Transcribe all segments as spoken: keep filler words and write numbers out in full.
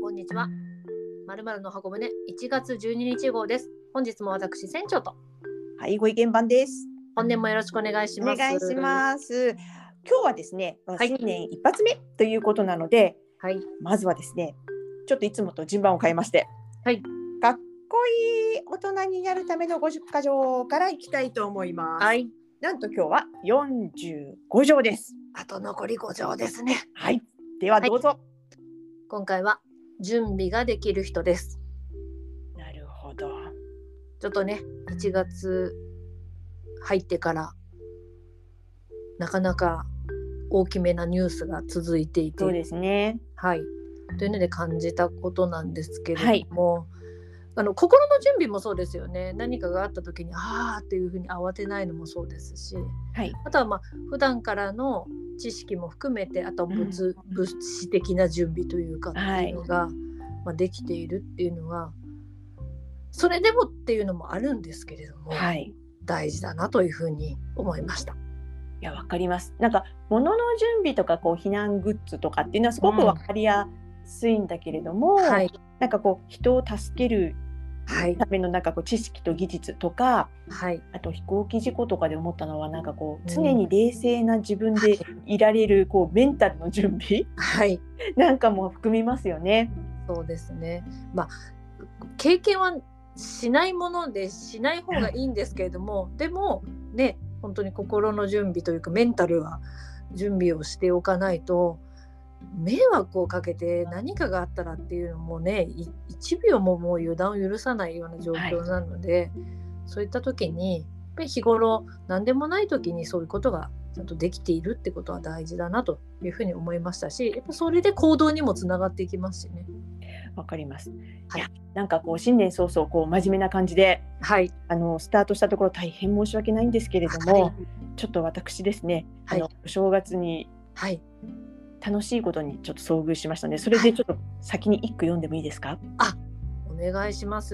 こんにちは。〇〇の箱舟いちがつじゅうににち号です。本日も私船長とはい、ご意見番です。 本年もよろしくお願いします。 お願いします。今日はですね、 はい新年一発目ということなので、 はい。 まずはですね、ちょっといつもと順番を変えまして、 はい。 かっこいい大人になるためのごじゅっかじょうからいきたいと思います。 はい。 なんと今日はよんじゅうごじょうです。 あと残りごじょうですね。 はい。ではどうぞ。はい、 今回は準備ができる人です。 なるほど。 ちょっとね、いちがつ入ってからなかなか大きめなニュースが続いていて、 そうですね。 はい。というので感じたことなんですけれども、はい、あの心の準備もそうですよね。何かがあった時にあーっていうふうに慌てないのもそうですし、 はい、 あとはまあ普段からの知識も含めて、あと 物,、うん、物資的な準備というかっていうのが、はい、まあ、できているっていうのはそれでもっていうのもあるんですけれども、はい、大事だなというふうに思いました。 いや、わかります。なんか物の準備とかこう避難グッズとかっていうのはすごくわかりやすいんだけれども、うん、はい、なんかこう人を助けるためのなんかこう知識と技術とか、はい、あと飛行機事故とかで思ったのはなんかこう常に冷静な自分でいられるこうメンタルの準備、はい、なんかも含みますよね。 そうですね。まあ経験はしないものでしない方がいいんですけれども、でもね、本当に心の準備というかメンタルは準備をしておかないと迷惑をかけて何かがあったらっていうのもね、いちびょうももう予断を許さないような状況なので、はい、そういった時にやっぱり日頃何でもない時にそういうことがちゃんとできているってことは大事だなというふうに思いましたし、やっぱそれで行動にもつながっていきますしね。 わかります。 はい、 いや、なんかこう新年早々こう真面目な感じで、はい、あのスタートしたところ大変申し訳ないんですけれども、はい、ちょっと私ですね、はい、あのお正月に楽しいことにちょっと遭遇しましたので、それでちょっと先に一句読んでもいいですか？ あ、お願いします。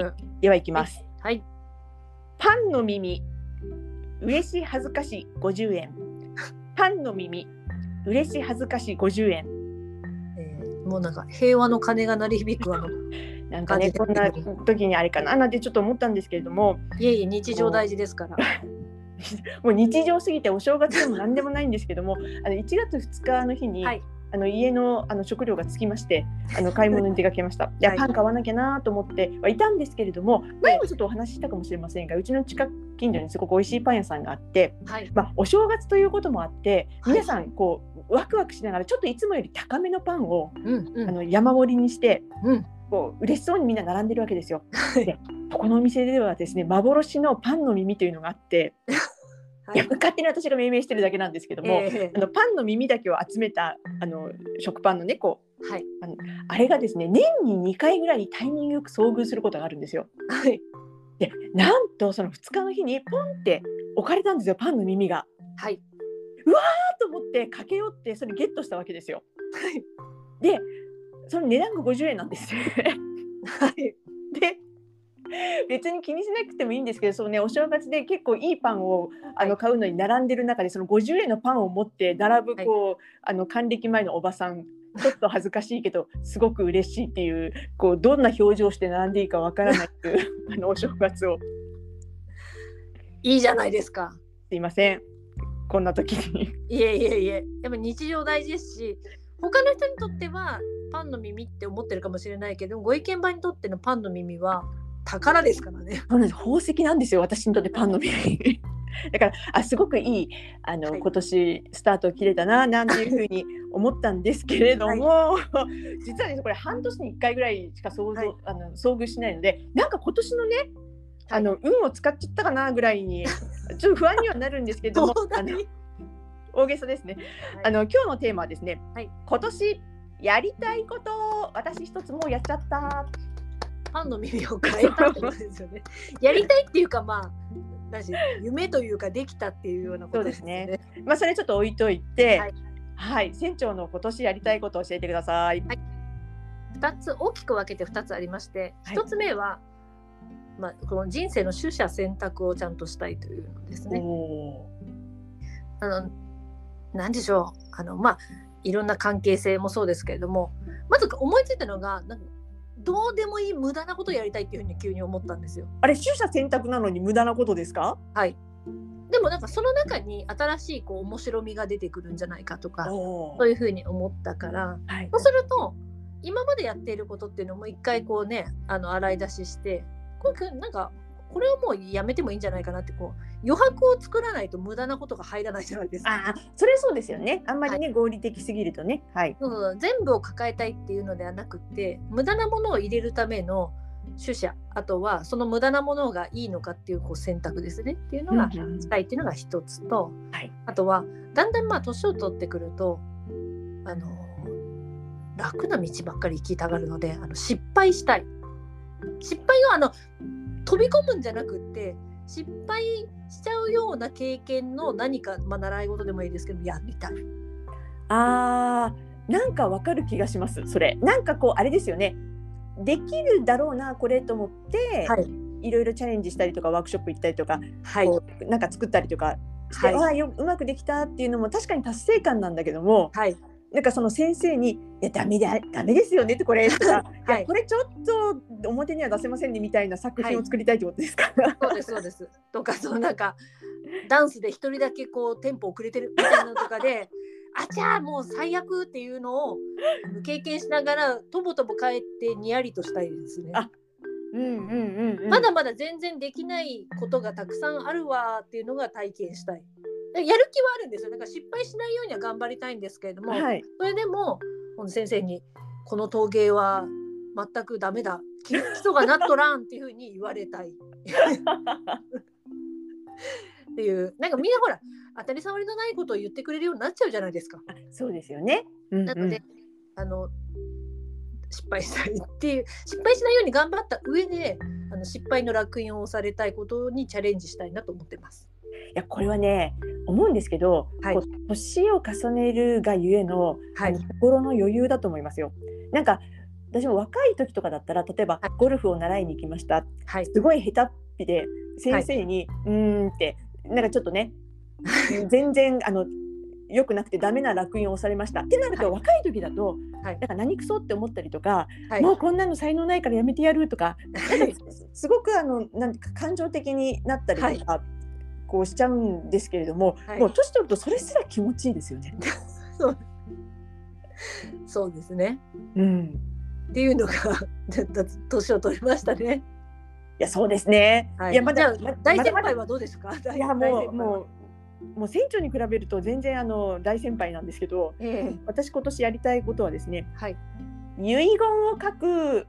ではいきます。 はい。はい、 パンの耳、嬉し恥ずかしごじゅうえん。パンの耳、嬉し恥ずかしごじゅうえん。 もうなんか平和の鐘が鳴り響くあのなんかね、こんな時にあれかななんてちょっと思ったんですけれども、 いえいえ、日常大事ですからもう日常すぎてお正月でも何でもないんですけどもあのいちがつふつかの日に、はい、あの家 の, あの食料がつきましてあの買い物に出かけました。いや、パン買わなきゃなと思ってはいたんですけれども、前もちょっとお話ししたかもしれませんが、うちの近く近所にすごく美味しいパン屋さんがあって、はい、まあ、お正月ということもあって皆さんこうワクワクしながらちょっといつもより高めのパンを、うんうん、あの山盛りにして、うん、こう嬉しそうにみんな並んでるわけですよ。でこのお店ではですね、幻のパンの耳というのがあってはい、いや勝手に私が命名してるだけなんですけども、えー、あのパンの耳だけを集めたあの食パンのねこう、はい、あのあれがですね年ににかいぐらいタイミングよく遭遇することがあるんですよ。はい、でなんとそのふつかの日にポンって置かれたんですよ、パンの耳が。はい、うわーと思って駆け寄ってそれゲットしたわけですよ。はい、でその値段がごじゅうえんなんですよはい、で別に気にしなくてもいいんですけど、そのね、お正月で結構いいパンをあの買うのに並んでる中でそのごじゅうえんのパンを持って並ぶこう、はい、あの還暦前のおばさん、ちょっと恥ずかしいけどすごく嬉しいっていう、こうどんな表情して並んでいいかわからないっていうあのお正月を。 いいじゃないですか。 すいません、こんな時にいえいえいえ、やっぱ日常大事ですし、他の人にとってはパンの耳って思ってるかもしれないけど、ご意見番にとってのパンの耳は宝ですからね。 そうなんです、宝石なんですよ、私にとってパンの耳だからあすごくいいあの、はい、今年スタートを切れたななんていうふうに思ったんですけれども、はい、実はねこれ半年にいっかいぐらいしか想像、はい、あの遭遇しないので、なんか今年のねあの、はい、運を使っちゃったかなぐらいにちょっと不安にはなるんですけれどもあの大げさですね、はい、あの今日のテーマはですね、はい、今年やりたいこと私一つもうやっちゃった。 パンの耳を変えたってことですよねやりたいっていうか、まあ夢というかできたっていうようなことですね。 そうですね。まあそれちょっと置いといて、はい、はい、船長の今年やりたいことを教えてください。はい、 ふたつ大きく分けてふたつありまして、はい、ひとつめは、まあ、この人生の取捨選択をちゃんとしたいというのですね。あの何でしょう、あのまあいろんな関係性もそうですけれども、 まず思いついたのがなんかどうでもいい無駄なことをやりたいっていうふうに急に思ったんですよ。 あれ、取捨選択なのに無駄なことですか？ はい。でもなんかその中に新しいこう面白みが出てくるんじゃないかとか、そういうふうに思ったから、はい、そうすると今までやっていることっていうのも一回こうね、あの洗い出しして、これなんかこれをもうやめてもいいんじゃないかなって、こう余白を作らないと無駄なことが入らないじゃないですか。 あ、それそうですよね。あんまりね、はい、合理的すぎるとね、はい、 そうそう、全部を抱えたいっていうのではなくて、無駄なものを入れるための取捨、あとはその無駄なものがいいのかっていう、こう選択ですねっていうのがしたいっていうのが一つと、うんうん、はい、あとはだんだんまあ年を取ってくるとあの楽な道ばっかり行きたがるので、あの失敗したい、失敗をあの飛び込むんじゃなくって失敗しちゃうような経験の何か、まあ、習い事でもいいですけどやりたい。 あー、なんかわかる気がします。それなんかこうあれですよね、できるだろうなこれと思って、はい、いろいろチャレンジしたりとかワークショップ行ったりとか、はい、こうなんか作ったりとかして、はい、あようまくできたっていうのも確かに達成感なんだけども、はい、なんかその先生に「いやダメだダメですよね」ってこれとか、はい、いやこれちょっと表には出せませんねみたいな作品を作りたいってことですか？はい、 そうですそうです。とか、そうなんかダンスで一人だけこうテンポ遅れてるみたいなのとかであちゃーもう最悪っていうのを経験しながらとぼとぼ帰ってにやりとしたいですね。あ、うんうんうんうん、まだまだ全然できないことがたくさんあるわっていうのが体験したい。やる気はあるんですよ。だから失敗しないようには頑張りたいんですけれども、はい、それでも先生にこの陶芸は全くダメだ、基礎がなっとらんっていうふうに言われたいっていう、なんかみんなほら当たり障りのないことを言ってくれるようになっちゃうじゃないですか。 そうですよね、うんうん、 なのであの失敗したいっていう、失敗しないように頑張った上であの失敗の烙印を押されたいことにチャレンジしたいなと思ってます。 いやこれはね思うんですけど、はい、こう年を重ねるがゆえの、はい、心の余裕だと思いますよ。なんか私も若い時とかだったら例えば、はい、ゴルフを習いに行きました、はい、すごい下手っぴで先生に、はい、うーんってなんかちょっとね全然あの良くなくてダメな烙印を押されましたってなると、はい、若い時だと、はい、なんか何クソって思ったりとか、はい、もうこんなの才能ないからやめてやるとか、はい、なんかすごくあのなんか感情的になったりとか、はい、こうしちゃうんですけれども、はい、もう年取るとそれすら気持ちいいですよね。 そうそうですね、 うん、 っていうのが年を取りましたね。 いやそうですね、 はい、いやまだま大先輩はどうですか？ いやもうもうもう船長に比べると全然あの大先輩なんですけど、えー、私今年やりたいことはですね、はい、遺言を書く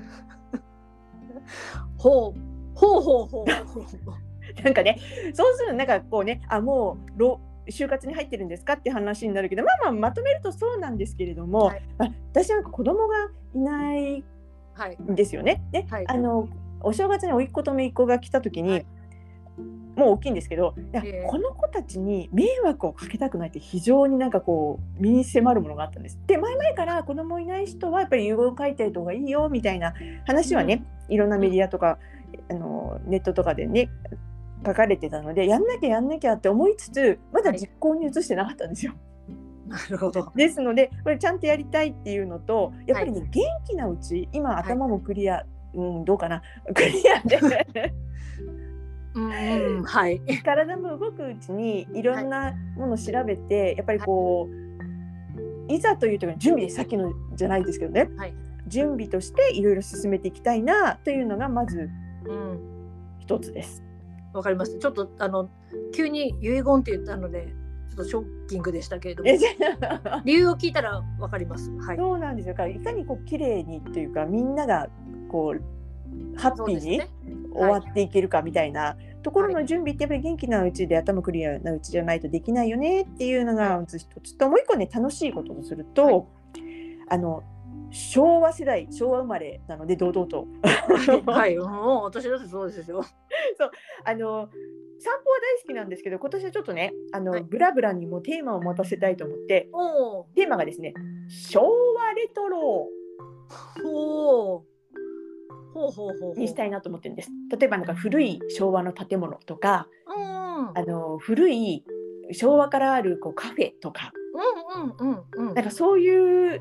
ほうほうほうほうなんかね、そうするとなんかこうね、あもう就活に入ってるんですかって話になるけど、まあまあまとめるとそうなんですけれども、はい、私なんか子供がいないんですよね。で、はい、あのお正月に甥っ子と姪っ子が来た時に、はい、もう大きいんですけど、いや、えー、この子たちに迷惑をかけたくないって非常になんかこう身に迫るものがあったんです。で、前々から子供いない人はやっぱり遺言を書いてる方がいいよみたいな話はね、うん、いろんなメディアとか、うん、あのネットとかでね書かれてたので、やんなきゃやんなきゃって思いつつまだ実行に移してなかったんですよ。 はい、なるほど。 ですのでこれちゃんとやりたいっていうのと、やっぱりね、はい、元気なうち、今頭もクリア、はい、うん、どうかなクリアでうんうん、はい、 体も動くうちにいろんなものを調べて、はい、やっぱりこう、はい、いざという時の準備でさっきのじゃないですけどね、はい、準備としていろいろ進めていきたいなというのがまず一つです。 わ、うん、かりました。ちょっとあの急に遺言って言ったのでちょっとショッキングでしたけれども理由を聞いたらわかります。はい、 そうなんですよ。いかにこう綺麗にというか、みんながこうハッピーに終わっていけるかみたいなところの準備ってやっぱり元気なうちで頭クリアなうちじゃないとできないよねっていうのが一つと、もう一個ね、楽しいことをすると、はい、あの昭和世代、昭和生まれなので堂々とはい、もう私だってそうですよ。 そう、あの散歩は大好きなんですけど、今年はちょっとね、あの、はい、ブラブラにもテーマを持たせたいと思って、テーマがですね、昭和レトロほうほうほうほうにしたいなと思ってるんです。例えばなんか古い昭和の建物とか、うん、あの古い昭和からあるこうカフェとか、 うんうんうんうん、 なんかそういう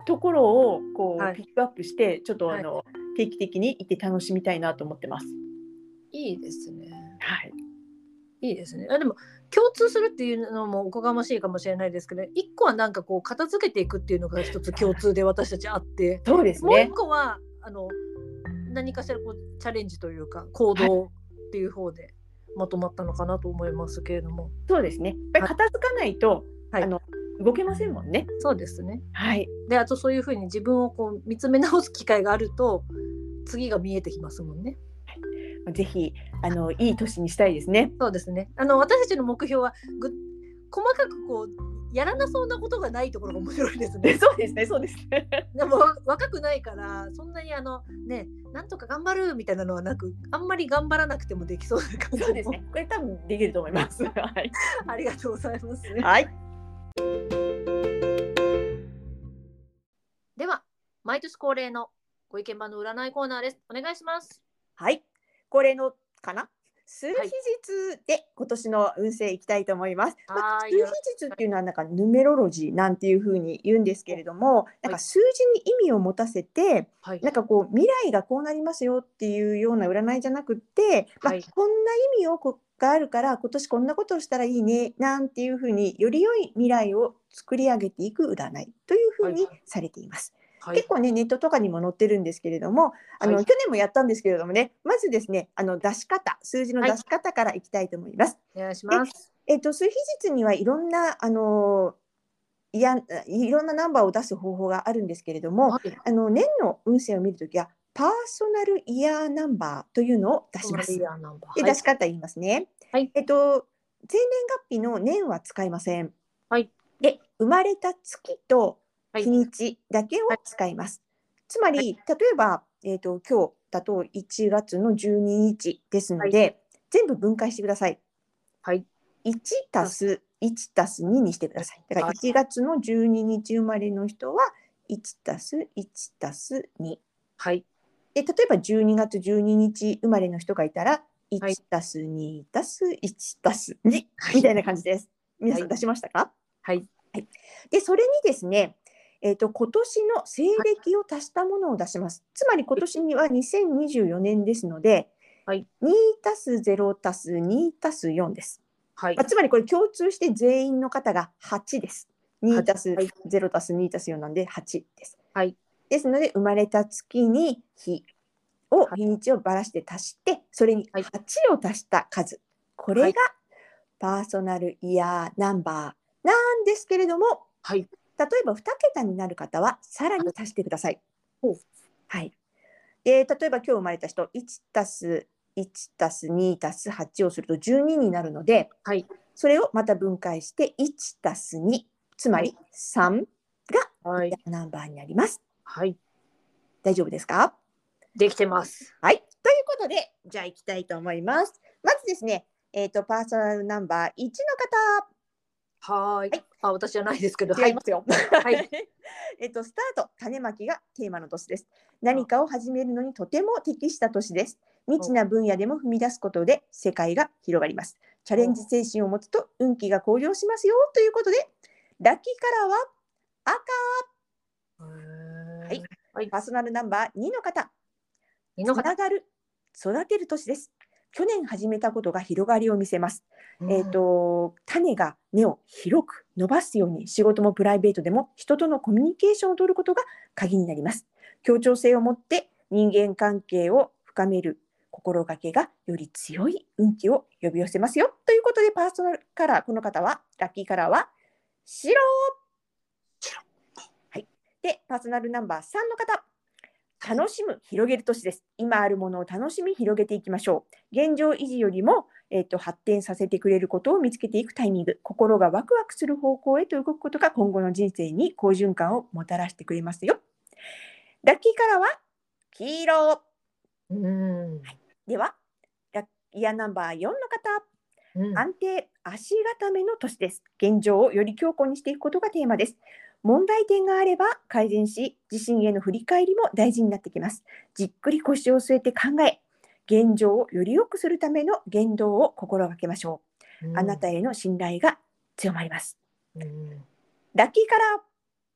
ところをこう、 はい、 ピックアップしてちょっとあの、 は定期的に行って楽しみたいなと思ってます。 い、いいですね。 はい、 いいですね。あでも共通するっていうのもおこがましいかもしれないですけど、一個はなんかこう片付けていくっていうのが一つ共通で私たちあって、 そうですね。 もう一個はあの何かしらこうチャレンジというか行動っていう方でまとまったのかなと思いますけれども。 そうですね。やっぱり片付かないと、 はい、 あの動けませんもんね。 そうですね。 はい。 であとそういうふうに自分をこう見つめ直す機会があると次が見えてきますもんね。 ぜひあのいい年にしたいですね。 そうですね。あの私たちの目標はぐ細かくこうやらなそうなことがないところが面白いですね。 そうですね、そうですね。 でも若くないからそんなにあのねなんとか頑張るみたいなのはなく、あんまり頑張らなくてもできそうな感じ。 そうですね。これ多分できると思います。はい。 ありがとうございます。 はい。 では毎年恒例のご意見番の占いコーナーです。お願いします。 はい。恒例のかな。数日はいで今年の運勢いきたいと思います。まあ、 はい数日っていうのはなんかヌメロロジーなんていうふうに言うんですけれども、なんか数字に意味を持たせて、 はい、 なんかこう未来がこうなりますよっていうような占いじゃなくって、まあはい、 こんな意味をこがあるから今年こんなことをしたらいいねなんていうふうにより良い未来を作り上げていく占いというふうにされています。 はい、 結構ねネットとかにも載ってるんですけれども、あの、 はい、 去年もやったんですけれどもね、まずですね、あの出し方、数字の出し方からいきたいと思います。 お願いします。 えっと、数日日にはいろんなあのいやいろんなナンバーを出す方法があるんですけれども、 はい、 あの年の運勢を見るときはパーソナルイヤーナンバーというのを出します。で、 はい、 出し方言いますね。 はい、 えっと生年月日の年は使いません。 はい、 で、生まれた月とはい日にちだけを使います。つまり、例えば、えーと、今日だといちがつのじゅうににちですので、はい、全部分解してください。 はい、 いちたすいちたすににしてください。だからいちがつのじゅうににち生まれの人はいちたすいちたすに。 はい。 で、例えばじゅうにがつじゅうににち生まれの人がいたらいちたすにたすいちたすにみたいな感じです。皆さん出しましたか？ はい。 はい、でそれにですね、えーと、今年の西暦を足したものを出します。つまり今年にはにせんにじゅうよねんですので、 はい、 にたすゼロたすにたすよんです。 はい、 まあ、つまりこれ共通して全員の方がはちです。にたすゼロたすにたすよんなんではちです。 はい、 ですので生まれた月に日を、日にちをばらして足して、それにはちを足した数、これがパーソナルイヤーナンバーなんですけれども、 はい、 例えばに桁になる方はさらに足してください。はいはい、で例えば今日生まれた人いちたすいちたすにたすはちをするとじゅうにになるので、はい、それをまた分解していちたすに、つまりさんがイヤーナンバーになります。はい、大丈夫ですか？ できてます。 はい、ということでじゃあいきたいと思います。まずですね、えーと、パーソナルナンバーいちの方。 はい、はい、あ、私じゃないですけど、 違いますよ。 はい。 えっと、スタート、種まきがテーマの年です。何かを始めるのにとても適した年です。未知な分野でも踏み出すことで世界が広がります。チャレンジ精神を持つと運気が向上しますよということで、ラッキーカラーは赤。はい、はい、パーソナルナンバーにの方。つながる、育てる年です。去年始めたことが広がりを見せます。うん、えーと、種が根を広く伸ばすように仕事もプライベートでも人とのコミュニケーションを取ることが鍵になります。協調性を持って人間関係を深める心がけがより強い運気を呼び寄せますよということで、パーソナルカラー、この方はラッキーカラーは白。はい、でパーソナルナンバーさんの方。楽しむ、広げる年です。今あるものを楽しみ、広げていきましょう。現状維持よりも、えーと、発展させてくれることを見つけていくタイミング。心がワクワクする方向へと動くことが今後の人生に好循環をもたらしてくれますよ。ラッキーカラーは黄色。うん、はい、では、ラッイヤーナンバーよんの方。うん、安定、足固めの年です。現状をより強固にしていくことがテーマです。問題点があれば改善し、自身への振り返りも大事になってきます。じっくり腰を据えて考え、現状をより良くするための言動を心がけましょう。うん、あなたへの信頼が強まります。うん、ラッキーカラー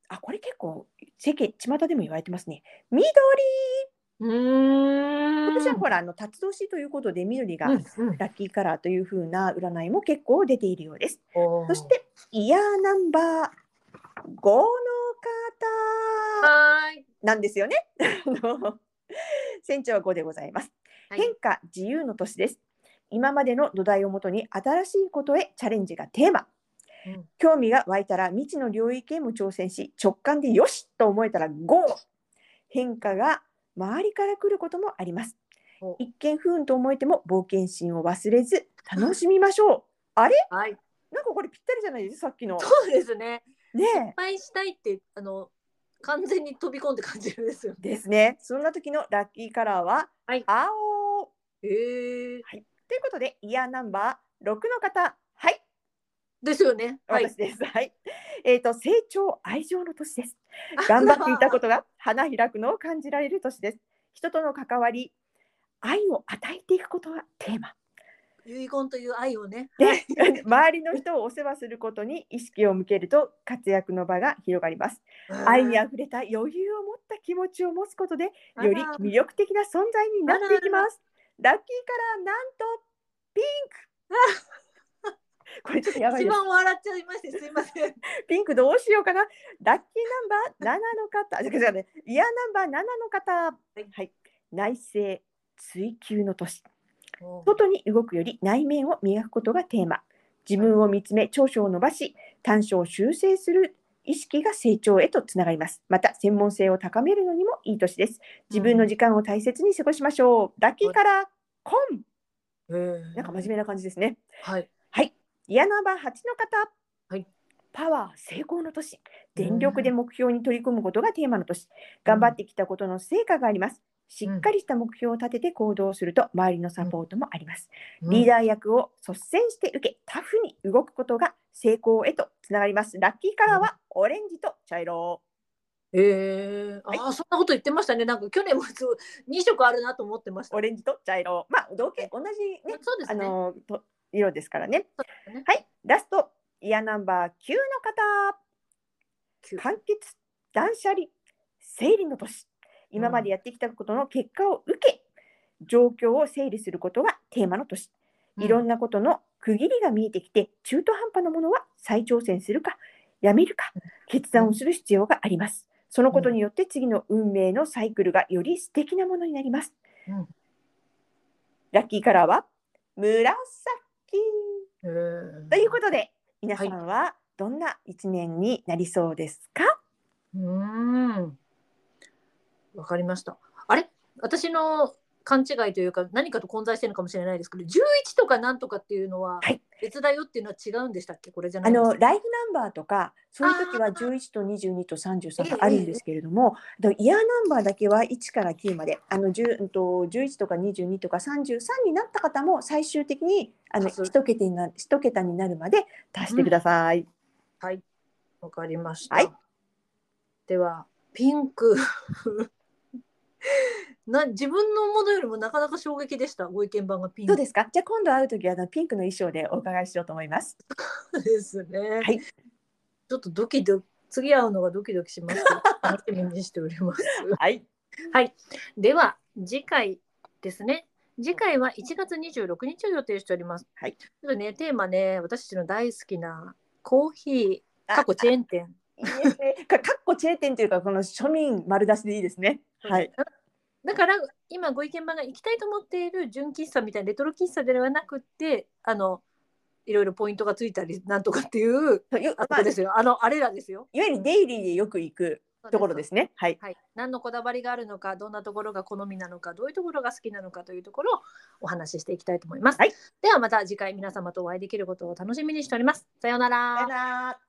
あ、これ結構世間巷でも言われてますね。緑。 うーん。 今年はほらあの辰年ということで緑がうんうん。 ラッキーカラーという風な占いも結構出ているようです。 おーそしてイヤーナンバーごの方はーい。 なんですよね。あの船長はごでございます。 はい変化自由の年です。今までの土台をもとに新しいことへチャレンジがテーマ。 うん興味が湧いたら未知の領域へも挑戦し、直感でよしと思えたらゴー。変化が周りから来ることもあります。 お一見不運と思えても冒険心を忘れず楽しみましょう。あれはい。 なんかこれぴったりじゃないですか、さっきの。 そうですね。 ね失え。 敗したいってあの完全に飛び込んで感じるんですよ。 ですね。そんな時のラッキーカラーははい。 青。 えー、 はい。ということで、イヤーナンバーろくの方、はい、 ですよね。はい。 私です。はい。えっ、と、成長、愛情の年です。頑張っていたことが花開くのを感じられる年です。人との関わり、愛を与えていくことがテーマ。 遺言という愛をね。 で、 はい周りの人をお世話することに意識を向けると活躍の場が広がります。愛にあふれた余裕を持った気持ちを持つことで、 あらより魅力的な存在になっていきます。ラッキーカラー、なんとピンク。これちょっとやばいです。 一番笑っちゃいましてすいません。 ピンクどうしようかな。ラッキーナンバーななの方、違う違うね、イヤーナンバーななの方、 はいはい、内省追求の年。 お外に動くより内面を磨くことがテーマ。自分を見つめ長所を伸ばし短所を修正する意識が成長へとつながります。また専門性を高めるのにもいい年です。自分の時間を大切に過ごしましょう。ラッキーカラー紺。 えーなんか真面目な感じですね。 はい。 はい。イヤーナンバーはちの方、 はい。 パワー成功の年。全力で目標に取り組むことがテーマの年。頑張ってきたことの成果があります。しっかりした目標を立てて行動すると周りのサポートもあります。 うんリーダー役を率先して受け、タフに動くことが成功へとつながります。ラッキーカラーはオレンジと茶色。 えー、 はいああそんなこと言ってましたね。なんか去年もに色あるなと思ってました。 オレンジと茶色。まあ、同系、同じね、あそうですね。 のと色ですからね。 そうですね。 はい、ラスト、イヤーナンバーきゅうの方。 きゅう完結、断捨離、整理の年。今までやってきたことの結果を受け、状況を整理することがテーマの年。いろんなことの区切りが見えてきて、中途半端なものは再挑戦するか、やめるか、決断をする必要があります。そのことによって次の運命のサイクルがより素敵なものになります。 うんラッキーカラーは紫。 えーということで、皆さんはどんな一年になりそうですか？ うーんわかりました。あれ私の勘違いというか何かと混在してるのかもしれないですけど、じゅういちとかなんとかっていうのははい、 別だよっていうのは違うんでしたっけ？これじゃなあいですか？ のライフナンバーとかそういう時はあーじゅういちとにじゅうにとさんじゅうさんええがあるんですけれども、でイヤーナンバーだけはいちからきゅうまで、あの 10, うんとじゅういちとかにじゅうにとかさんじゅうさんになった方も最終的にあの足す一桁にな一桁になるまで足してください。 はいわかりました。 はい、 ではピンクな自分のものよりもなかなか衝撃でした。ご意見番がピンクどうですか？じゃあ今度会う時はあのピンクの衣装でお伺いしようと思います。 ですね。 はい、 ちょっとドキドキ次会うのがドキドキしますけど楽しみにしております。 はい、 はい。では次回ですね。次回はいちがつにじゅうろくにちを予定しております。 はい、 ちょっとねテーマね、私たちの大好きなコーヒーあ過去チェーン店。 いいですね。かかっこチェーン店というかこの庶民丸出しでいいですね。はい。 だから今ご意見番が行きたいと思っている純喫茶みたいなレトロ喫茶ではなくってあのいろいろポイントがついたりなんとかっていうというあまあ、 そこですよ。あのあれらですよ。 いわゆるデイリーでよく行くところですね。はい。 はい、何のこだわりがあるのか、どんなところが好みなのか、どういうところが好きなのかというところをお話ししていきたいと思います。 はい、 ではまた次回皆様とお会いできることを楽しみにしております。さようなら。 さよなら。